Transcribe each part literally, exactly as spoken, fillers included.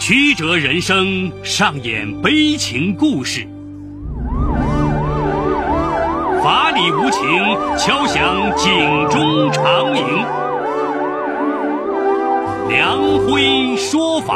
曲折人生上演悲情故事，法理无情敲响警钟长鸣。梁辉说法。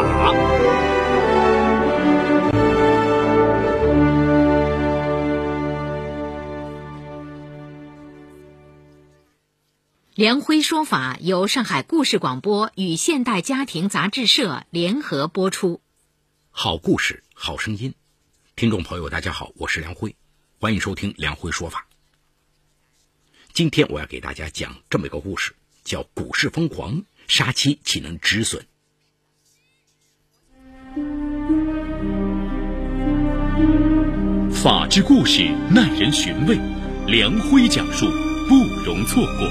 梁辉说法由上海故事广播与现代家庭杂志社联合播出。 好故事，好声音。听众朋友大家好，我是梁辉，欢迎收听梁辉说法。今天我要给大家讲这么一个故事，叫股市疯狂，杀妻岂能止损。 法治故事耐人寻味，梁辉讲述不容错过。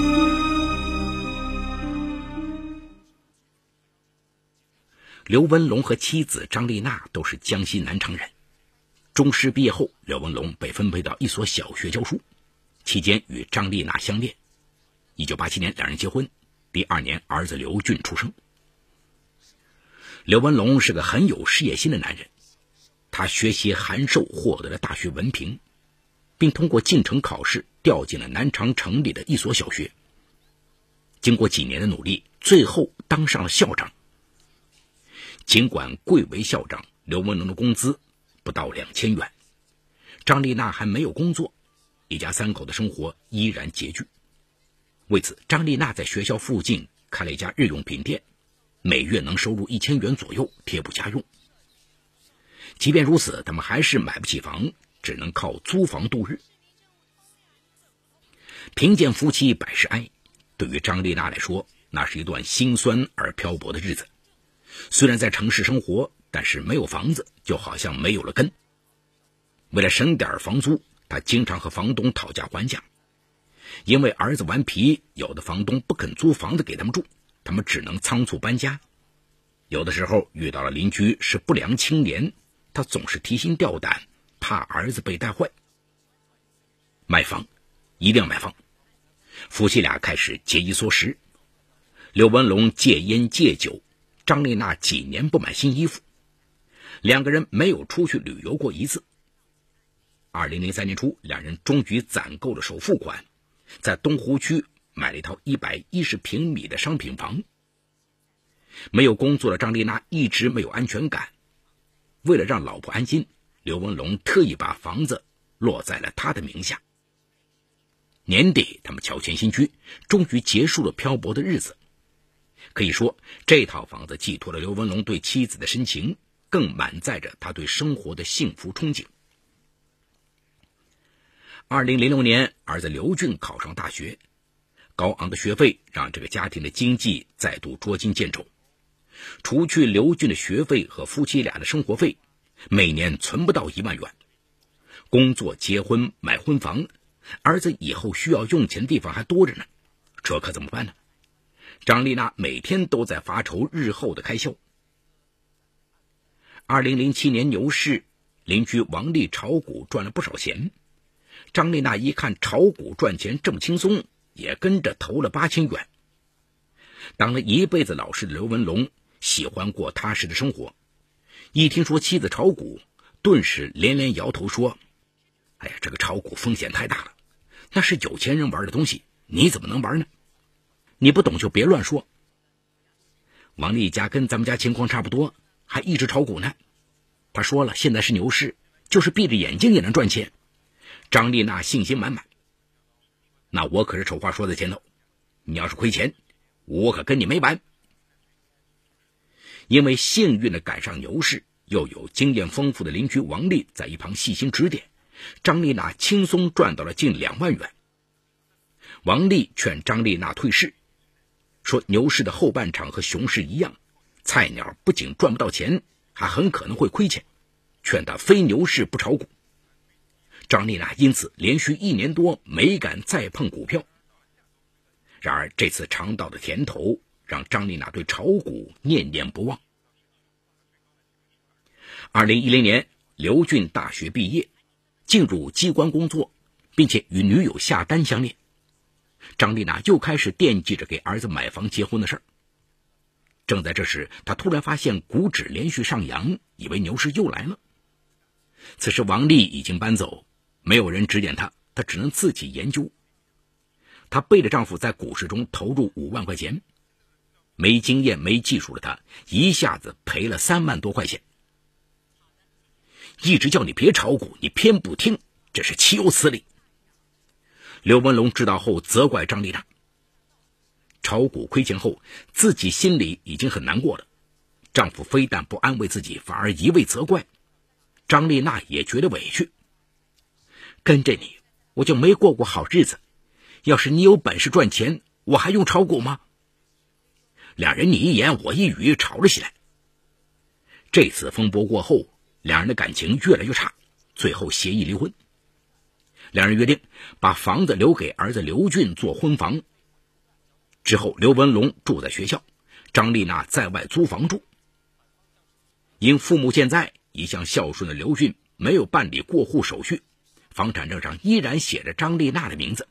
刘文龙和妻子张丽娜都是江西南昌人。中师毕业后，刘文龙被分配到一所小学教书，期间与张丽娜相恋。一九八七年两人结婚，第二年儿子刘俊出生。刘文龙是个很有事业心的男人，他学习函授获得了大学文凭，并通过进城考试调进了南昌城里的一所小学。经过几年的努力，最后当上了校长。尽管贵为校长，刘文龙的工资不到两千元，张丽娜还没有工作，一家三口的生活依然拮据。为此，张丽娜在学校附近开了一家日用品店，每月能收入一千元左右，贴补家用。即便如此，他们还是买不起房，只能靠租房度日。贫贱夫妻百事哀，对于张丽娜来说，那是一段辛酸而漂泊的日子。虽然在城市生活，但是没有房子，就好像没有了根。为了省点房租，他经常和房东讨价还价。因为儿子顽皮，有的房东不肯租房子给他们住，他们只能仓促搬家。有的时候遇到了邻居是不良青年，他总是提心吊胆，怕儿子被带坏。买房，一定要买房。夫妻俩开始节衣缩食。刘文龙戒烟戒酒，张丽娜几年不买新衣服，两个人没有出去旅游过一次。二零零三年初，两人终于攒够了首付款，在东湖区买了一套一百一十平米的商品房。没有工作的张丽娜一直没有安全感，为了让老婆安心，刘文龙特意把房子落在了他的名下。年底，他们乔迁新居，终于结束了漂泊的日子。可以说，这套房子寄托了刘文龙对妻子的深情，更满载着他对生活的幸福憧憬。二零零六年，儿子刘俊考上大学，高昂的学费让这个家庭的经济再度捉襟见肘。除去刘俊的学费和夫妻俩的生活费，每年存不到一万元。工作、结婚、买婚房，儿子以后需要用钱的地方还多着呢，这可怎么办呢？张丽娜每天都在发愁日后的开销。二零零七年牛市，邻居王丽炒股赚了不少钱。张丽娜一看炒股赚钱这么轻松，也跟着投了八千元。当了一辈子老师的刘文龙喜欢过踏实的生活，一听说妻子炒股，顿时连连摇头说：哎呀，这个炒股风险太大了，那是有钱人玩的东西，你怎么能玩呢？你不懂就别乱说。王丽家跟咱们家情况差不多，还一直炒股呢。他说了，现在是牛市，就是闭着眼睛也能赚钱。张丽娜信心满满。那我可是丑话说在前头，你要是亏钱，我可跟你没完。因为幸运的赶上牛市，又有经验丰富的邻居王丽在一旁细心指点，张丽娜轻松赚到了近两万元。王丽劝张丽娜退市，说牛市的后半场和熊市一样，菜鸟不仅赚不到钱，还很可能会亏钱，劝他非牛市不炒股。张丽娜因此连续一年多没敢再碰股票。然而这次尝到的甜头，让张丽娜对炒股念念不忘。二零一零年，刘俊大学毕业，进入机关工作，并且与女友夏丹相恋。张丽娜又开始惦记着给儿子买房结婚的事儿。 正在这时，他突然发现股指连续上扬，以为牛市又来了。此时王丽已经搬走，没有人指点他，他只能自己研究。她背着丈夫在股市中投入五万块钱，没经验没技术的她一下子赔了三万多块钱。一直叫你别炒股，你偏不听，这是岂有此理。刘文龙知道后责怪张丽娜，炒股亏钱后自己心里已经很难过了，丈夫非但不安慰自己，反而一味责怪。张丽娜也觉得委屈，跟着你我就没过过好日子，要是你有本事赚钱，我还用炒股吗？两人你一言我一语吵了起来。这次风波过后，两人的感情越来越差，最后协议离婚。两人约定把房子留给儿子刘俊做婚房。之后刘文龙住在学校，张丽娜在外租房住。因父母健在，一向孝顺的刘俊没有办理过户手续，房产证上依然写着张丽娜的名字。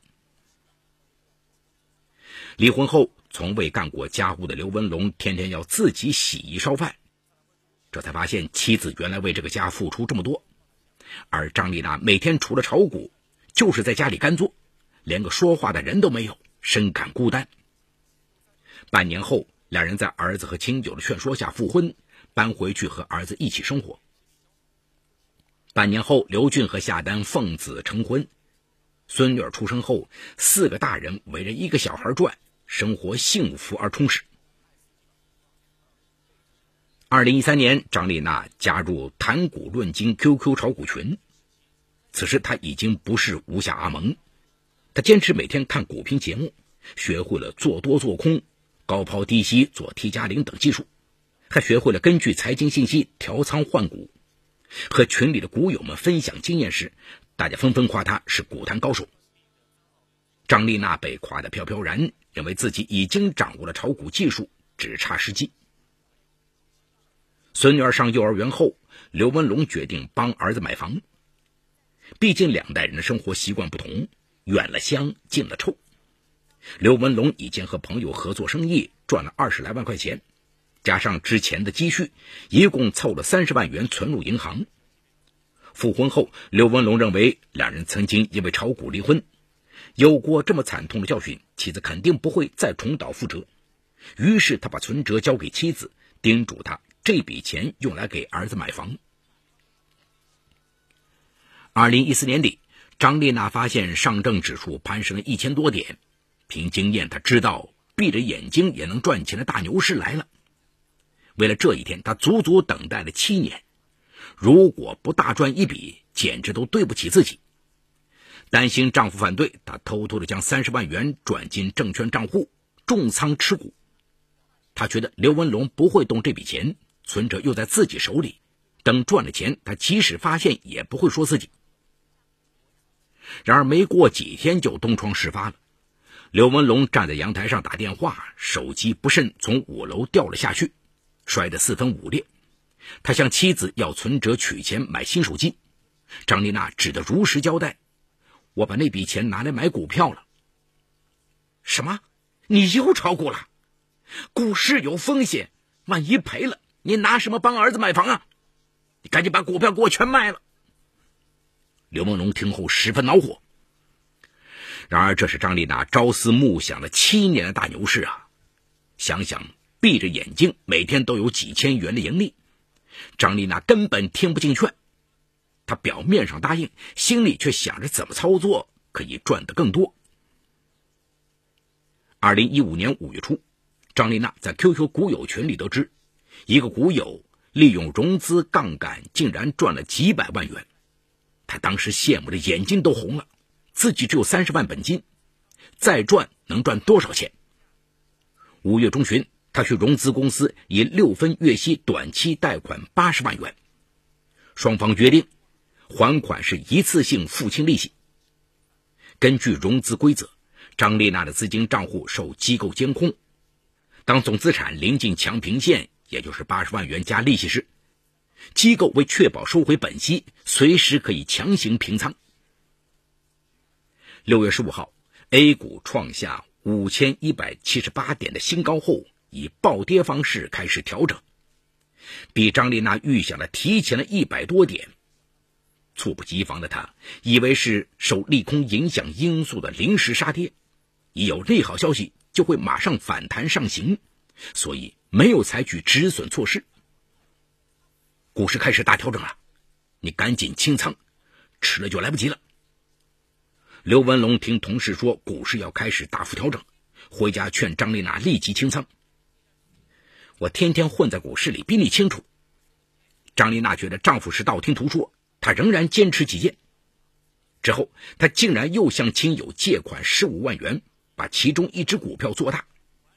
离婚后从未干过家务的刘文龙天天要自己洗衣烧饭，这才发现妻子原来为这个家付出这么多。而张丽娜每天除了炒股就是在家里干坐，连个说话的人都没有，深感孤单。半年后，两人在儿子和亲友的劝说下复婚，搬回去和儿子一起生活。半年后，刘俊和夏丹奉子成婚，孙女儿出生后，四个大人围着一个小孩转，生活幸福而充实。二零一三年，张丽娜加入谈股论金 Q Q 炒股群，此时她已经不是无下阿蒙，她坚持每天看股评节目，学会了做多做空、高抛低吸、做 T 加零等技术，还学会了根据财经信息调仓换股。和群里的股友们分享经验时，大家纷纷夸她是股坛高手。张丽娜被夸得飘飘然，认为自己已经掌握了炒股技术，只差时机。孙女儿上幼儿园后，刘文龙决定帮儿子买房。毕竟两代人的生活习惯不同，远了香，近了臭。刘文龙已经和朋友合作生意，赚了二十来万块钱，加上之前的积蓄，一共凑了三十万元存入银行。复婚后，刘文龙认为两人曾经因为炒股离婚，有过这么惨痛的教训，妻子肯定不会再重蹈覆辙。于是他把存折交给妻子，叮嘱他这笔钱用来给儿子买房。二零一四年底，张丽娜发现上证指数攀升了一千多点，凭经验她知道闭着眼睛也能赚钱的大牛市来了。为了这一天，她足足等待了七年，如果不大赚一笔，简直都对不起自己。担心丈夫反对，她偷偷地将三十万元转进证券账户，重仓持股。她觉得刘文龙不会动这笔钱，存折又在自己手里，等赚了钱，她即使发现也不会说自己。然而没过几天就东窗事发了，刘文龙站在阳台上打电话，手机不慎从五楼掉了下去，摔得四分五裂。他向妻子要存折取钱买新手机，张丽娜只得如实交代，我把那笔钱拿来买股票了。什么？你又炒股了？股市有风险，万一赔了，你拿什么帮儿子买房啊？你赶紧把股票给我全卖了。刘文龙听后十分恼火。然而这是张丽娜朝思暮想了七年的大牛市啊！想想闭着眼睛每天都有几千元的盈利，张丽娜根本听不进劝。她表面上答应，心里却想着怎么操作可以赚得更多。二零一五年五月初，张丽娜在 Q Q 股友群里得知，一个股友利用融资杠杆竟然赚了几百万元。她当时羡慕的眼睛都红了，自己只有三十万本金，再赚能赚多少钱？五月中旬，她去融资公司以六分月息短期贷款八十万元，双方约定还款是一次性付清利息。根据融资规则，张丽娜的资金账户受机构监控，当总资产临近强平线，也就是八十万元加利息时，机构为确保收回本息，随时可以强行平仓。六月十五号 A 股创下五千一百七十八点的新高后， 以暴跌方式开始调整，比张丽娜预想的提前了一百多点。猝不及防的他以为是受利空影响因素的临时杀跌，一有利好消息就会马上反弹上行，所以没有采取止损措施。股市开始大调整了，你赶紧清仓，迟了就来不及了。刘文龙听同事说股市要开始大幅调整，回家劝张丽娜立即清仓。我天天混在股市里，比你清楚。张丽娜觉得丈夫是道听途说，她仍然坚持己见。之后她竟然又向亲友借款十五万元，把其中一只股票做大。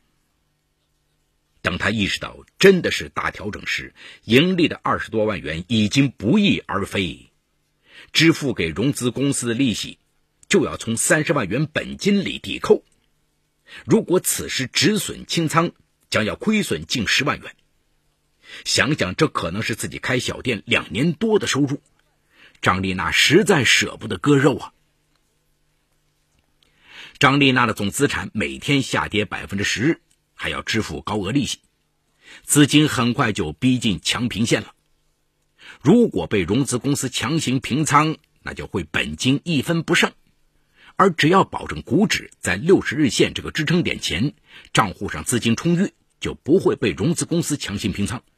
当她意识到真的是大调整时，盈利的二十多万元已经不翼而飞，支付给融资公司的利息就要从三十万元本金里抵扣。如果此时止损清仓，将要亏损近十万元。想想这可能是自己开小店两年多的收入，张丽娜实在舍不得割肉啊。张丽娜的总资产每天下跌 百分之十， 还要支付高额利息，资金很快就逼近强平线了。如果被融资公司强行平仓，那就会本金一分不剩。而只要保证股指在六十日线这个支撑点前，账户上资金充裕，就不会被融资公司强行平仓。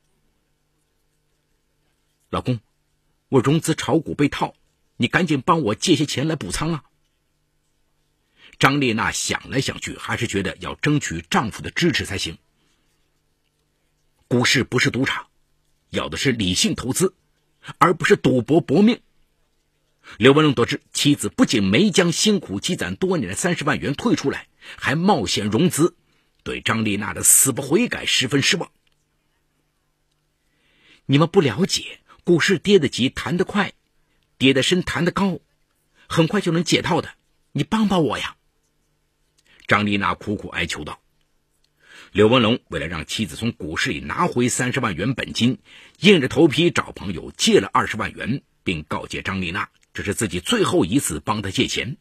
老公，我融资炒股被套，你赶紧帮我借些钱来补仓啊。张丽娜想来想去，还是觉得要争取丈夫的支持才行。股市不是赌场，要的是理性投资，而不是赌博搏命。刘文龙得知妻子不仅没将辛苦积攒多年的三十万元退出来，还冒险融资，对张丽娜的死不悔改十分失望。你们不了解，股市跌得急弹得快，跌得深弹得高，很快就能解套的，你帮帮我呀。张丽娜苦苦哀求道。刘文龙为了让妻子从股市里拿回三十万元本金，硬着头皮找朋友借了二十万元，并告诫张丽娜这是自己最后一次帮她借钱。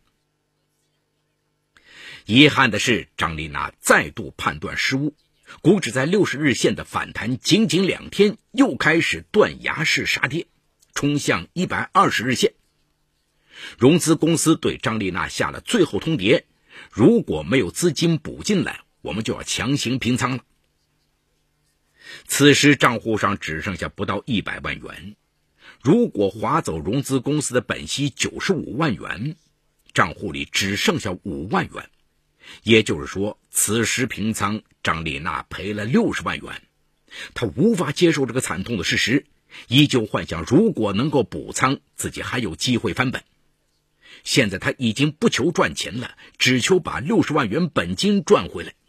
遗憾的是，张丽娜再度判断失误，股指在六十日线的反弹仅仅两天，又开始断崖式杀跌，冲向一百二十日线。融资公司对张丽娜下了最后通牒，如果没有资金补进来，我们就要强行平仓了。此时账户上只剩下不到一百万元，如果划走融资公司的本息九十五万元，账户里只剩下五万元，也就是说此时平仓，张丽娜赔了六十万元。她无法接受这个惨痛的事实，依旧幻想如果能够补仓，自己还有机会翻本。现在她已经不求赚钱了，只求把六十万元本金赚回来。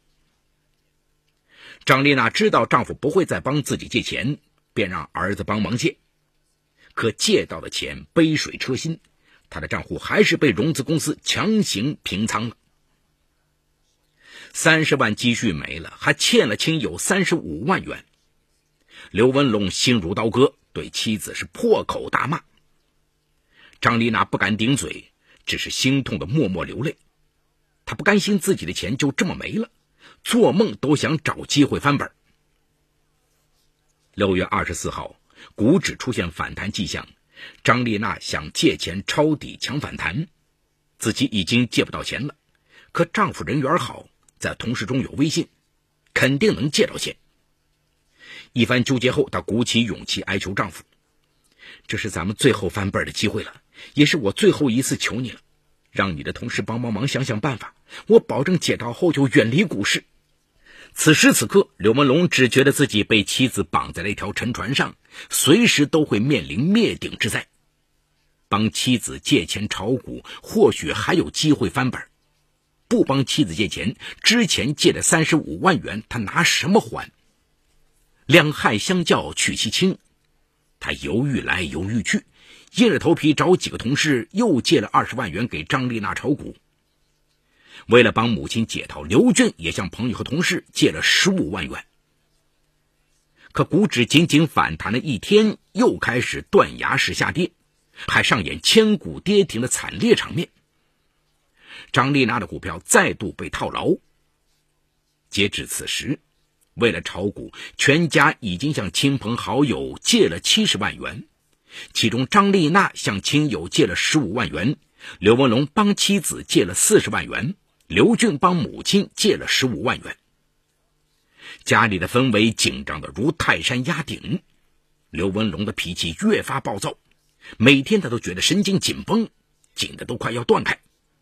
张丽娜知道丈夫不会再帮自己借钱，便让儿子帮忙借。可借到的钱杯水车薪，她的账户还是被融资公司强行平仓了。三十万积蓄没了，还欠了亲友三十五万元。刘文龙心如刀割，对妻子是破口大骂。张丽娜不敢顶嘴，只是心痛的默默流泪。她不甘心自己的钱就这么没了，做梦都想找机会翻本。六月二十四号，股指出现反弹迹象，张丽娜想借钱抄底抢反弹，自己已经借不到钱了，可丈夫人缘好，在同事中有威信，肯定能借到钱。一番纠结后，她鼓起勇气哀求丈夫，这是咱们最后翻本的机会了，也是我最后一次求你了，让你的同事帮帮忙想想办法，我保证解套后就远离股市。此时此刻，刘文龙只觉得自己被妻子绑在了一条沉船上，随时都会面临灭顶之灾。帮妻子借钱炒股，或许还有机会翻本；不帮妻子借钱，之前借的三十五万元，他拿什么还？两害相较取其轻，他犹豫来犹豫去，硬着头皮找几个同事又借了二十万元给张丽娜炒股。为了帮母亲解套，刘俊也向朋友和同事借了十五万元。可股指仅仅反弹了一天，又开始断崖式下跌，还上演千股跌停的惨烈场面。张丽娜的股票再度被套牢。截至此时， 为了炒股，全家已经向亲朋好友借了七十万元，其中张丽娜向亲友借了十五万元，刘文龙帮妻子借了四十万元，刘俊帮母亲借了十五万元。家里的氛围紧张的如泰山压顶，刘文龙的脾气越发暴躁，每天他都觉得神经紧绷，紧的都快要断开。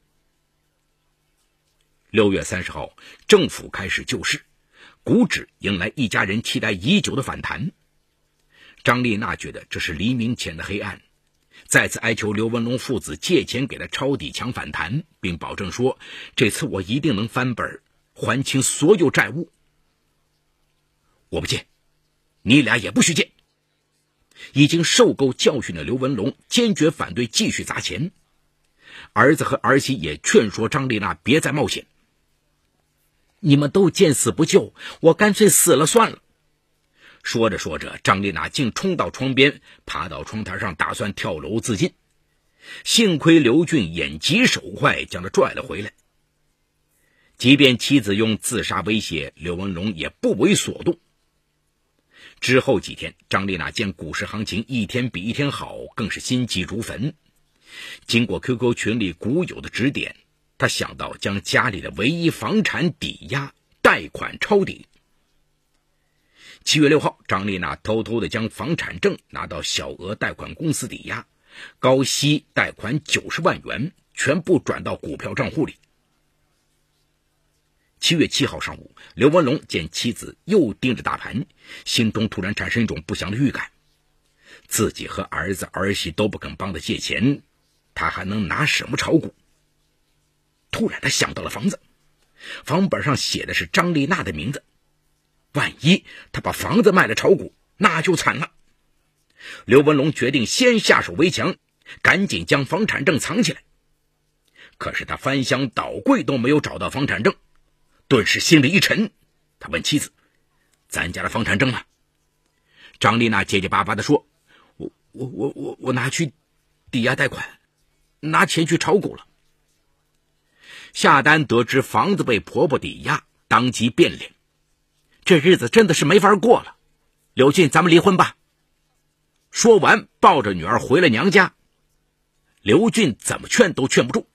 六月三十号，政府开始救市，股指迎来一家人期待已久的反弹。张丽娜觉得这是黎明前的黑暗，再次哀求刘文龙父子借钱给他抄底抢反弹，并保证说这次我一定能翻本，还清所有债务。我不借，你俩也不许借。已经受够教训的刘文龙坚决反对继续砸钱，儿子和儿媳也劝说张丽娜别再冒险。你们都见死不救，我干脆死了算了。说着说着，张丽娜竟冲到窗边，爬到窗台上打算跳楼自尽。幸亏刘俊眼疾手快，将他拽了回来。即便妻子用自杀威胁，刘文龙也不为所动。之后几天，张丽娜见股市行情一天比一天好，更是心急如焚。经过 Q Q 群里股友的指点，她想到将家里的唯一房产抵押贷款抄底。七月六号，张丽娜偷偷地将房产证拿到小额贷款公司抵押，高息贷款九十万元，全部转到股票账户里。七月七号上午，刘文龙见妻子又盯着大盘，心中突然产生一种不祥的预感。自己和儿子儿媳都不肯帮他借钱，他还能拿什么炒股？突然他想到了房子，房本上写的是张丽娜的名字，万一他把房子卖了炒股，那就惨了。刘文龙决定先下手为强，赶紧将房产证藏起来。可是他翻箱倒柜都没有找到房产证，顿时心里一沉，他问妻子：咱家的房产证呢？张丽娜结结巴巴地说：我我我我我拿去抵押贷款，拿钱去炒股了。夏丹得知房子被婆婆抵押，当即变脸，这日子真的是没法过了，刘俊，咱们离婚吧。说完抱着女儿回了娘家。刘俊怎么劝都劝不住。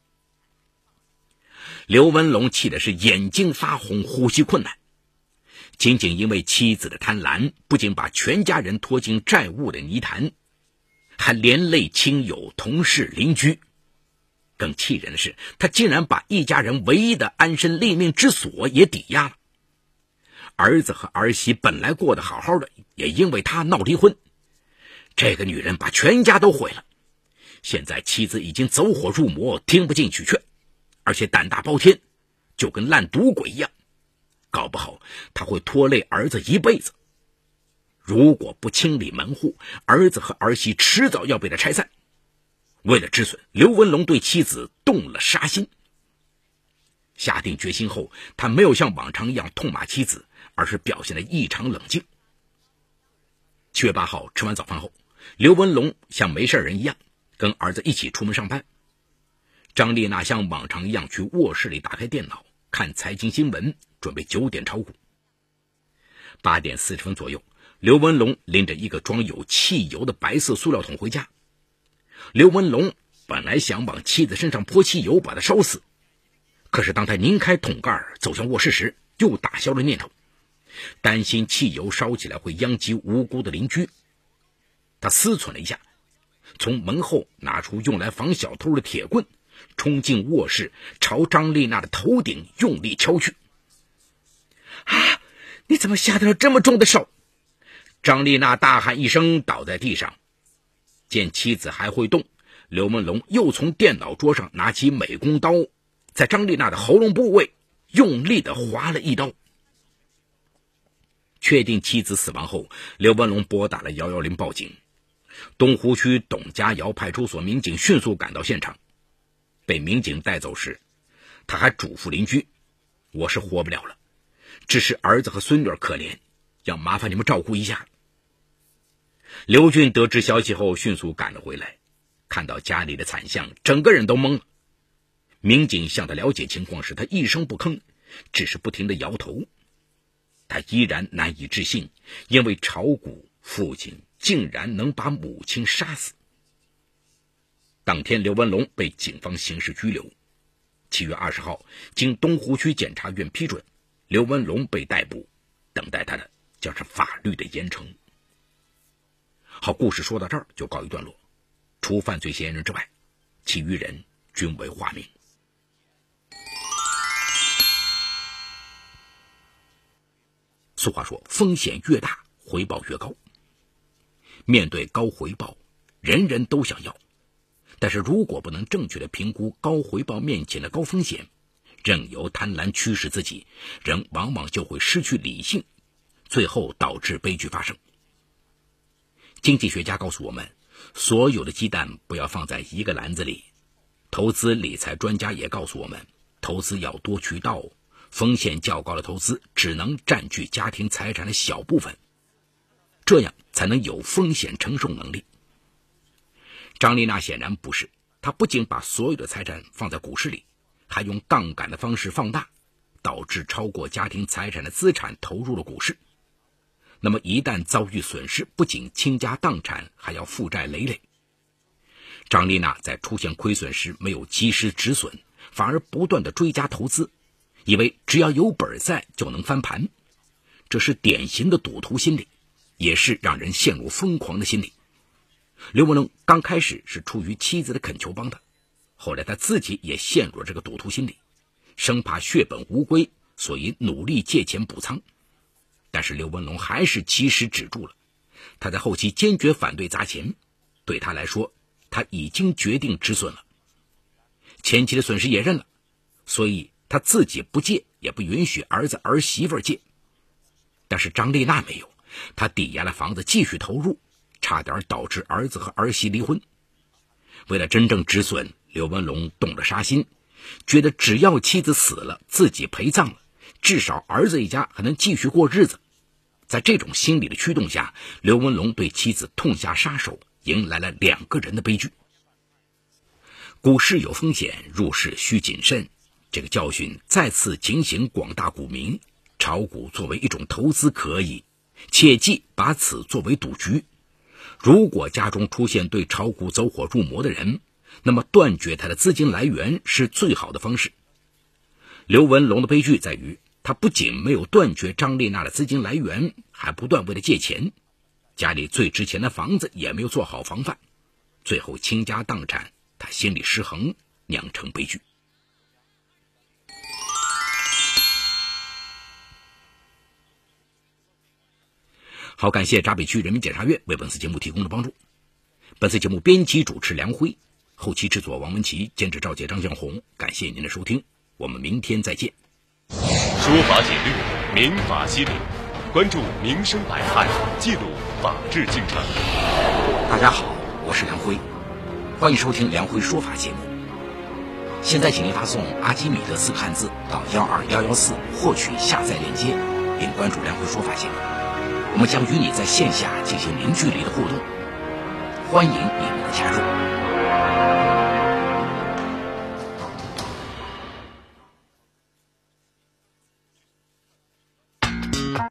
刘文龙气的是眼睛发红，呼吸困难。仅仅因为妻子的贪婪，不仅把全家人拖进债务的泥潭，还连累亲友、同事、邻居。更气人的是，他竟然把一家人唯一的安身立命之所也抵押了。儿子和儿媳本来过得好好的，也因为他闹离婚。这个女人把全家都毁了。现在妻子已经走火入魔，听不进去劝，而且胆大包天，就跟烂赌鬼一样，搞不好他会拖累儿子一辈子。如果不清理门户，儿子和儿媳迟早要被他拆散。为了止损，刘文龙对妻子动了杀心。下定决心后，他没有像往常一样痛骂妻子，而是表现得异常冷静。七月八号吃完早饭后，刘文龙像没事人一样跟儿子一起出门上班。张丽娜像往常一样去卧室里打开电脑看财经新闻，准备九点炒股。八点四十分左右，刘文龙拎着一个装有汽油的白色塑料桶回家。刘文龙本来想往妻子身上泼汽油把她烧死，可是当他拧开桶盖走向卧室时，又打消了念头，担心汽油烧起来会殃及无辜的邻居。他思忖了一下，从门后拿出用来防小偷的铁棍，冲进卧室，朝张丽娜的头顶用力敲去。啊！你怎么下得了这么重的手？张丽娜大喊一声，倒在地上。见妻子还会动，刘文龙又从电脑桌上拿起美工刀，在张丽娜的喉咙部位用力地划了一刀。确定妻子死亡后，刘文龙拨打了一一零报警。东湖区董家窑派出所民警迅速赶到现场。被民警带走时，他还嘱咐邻居：我是活不了了，只是儿子和孙女儿可怜，要麻烦你们照顾一下。刘俊得知消息后迅速赶了回来，看到家里的惨象，整个人都懵了。民警向他了解情况时，他一声不吭，只是不停地摇头。 他依然难以置信，因为炒股，父亲竟然能把母亲杀死。当天，刘文龙被警方刑事拘留。七月二十号，经东湖区检察院批准，刘文龙被逮捕，等待他的将是法律的严惩。好，故事说到这儿就告一段落。除犯罪嫌疑人之外，其余人均为化名。俗话说，风险越大，回报越高。面对高回报，人人都想要，但是如果不能正确的评估高回报面前的高风险，任由贪婪驱使自己，人往往就会失去理性，最后导致悲剧发生。经济学家告诉我们，所有的鸡蛋不要放在一个篮子里。投资理财专家也告诉我们，投资要多渠道，风险较高的投资只能占据家庭财产的小部分，这样才能有风险承受能力。张丽娜显然不是，她不仅把所有的财产放在股市里，还用杠杆的方式放大，导致超过家庭财产的资产投入了股市。那么一旦遭遇损失，不仅倾家荡产，还要负债累累。张丽娜在出现亏损时没有及时止损，反而不断的追加投资，以为只要有本在就能翻盘，这是典型的赌徒心理，也是让人陷入疯狂的心理。刘文龙刚开始是出于妻子的恳求帮他，后来他自己也陷入了这个赌徒心理，生怕血本无归，所以努力借钱补仓。但是刘文龙还是及时止住了，他在后期坚决反对砸钱，对他来说，他已经决定止损了。前期的损失也认了，所以他自己不借，也不允许儿子儿媳妇借。但是张丽娜没有，她抵押了房子继续投入，差点导致儿子和儿媳离婚。为了真正止损，刘文龙动了杀心，觉得只要妻子死了，自己陪葬了，至少儿子一家还能继续过日子。在这种心理的驱动下，刘文龙对妻子痛下杀手，迎来了两个人的悲剧。股市有风险，入市需谨慎。这个教训再次警醒广大股民，炒股作为一种投资可以，切忌把此作为赌局。如果家中出现对炒股走火入魔的人，那么断绝他的资金来源是最好的方式。刘文龙的悲剧在于，他不仅没有断绝张丽娜的资金来源，还不断为了借钱，家里最值钱的房子也没有做好防范，最后倾家荡产，他心理失衡，酿成悲剧。好，感谢闸北区人民检察院为本次节目提供的帮助。本次节目编辑主持梁辉，后期制作王文琪，监制赵杰、张向红。感谢您的收听，我们明天再见。 说法简略，民法析理，关注民生百态，记录法治进程。 大家好，我是梁辉，欢迎收听梁辉说法节目。现在请您发送阿基米德四个汉字到幺二幺幺四获取下载链接，并关注梁辉说法节目。我们将与你在线下进行零距离的互动，欢迎你们的加入。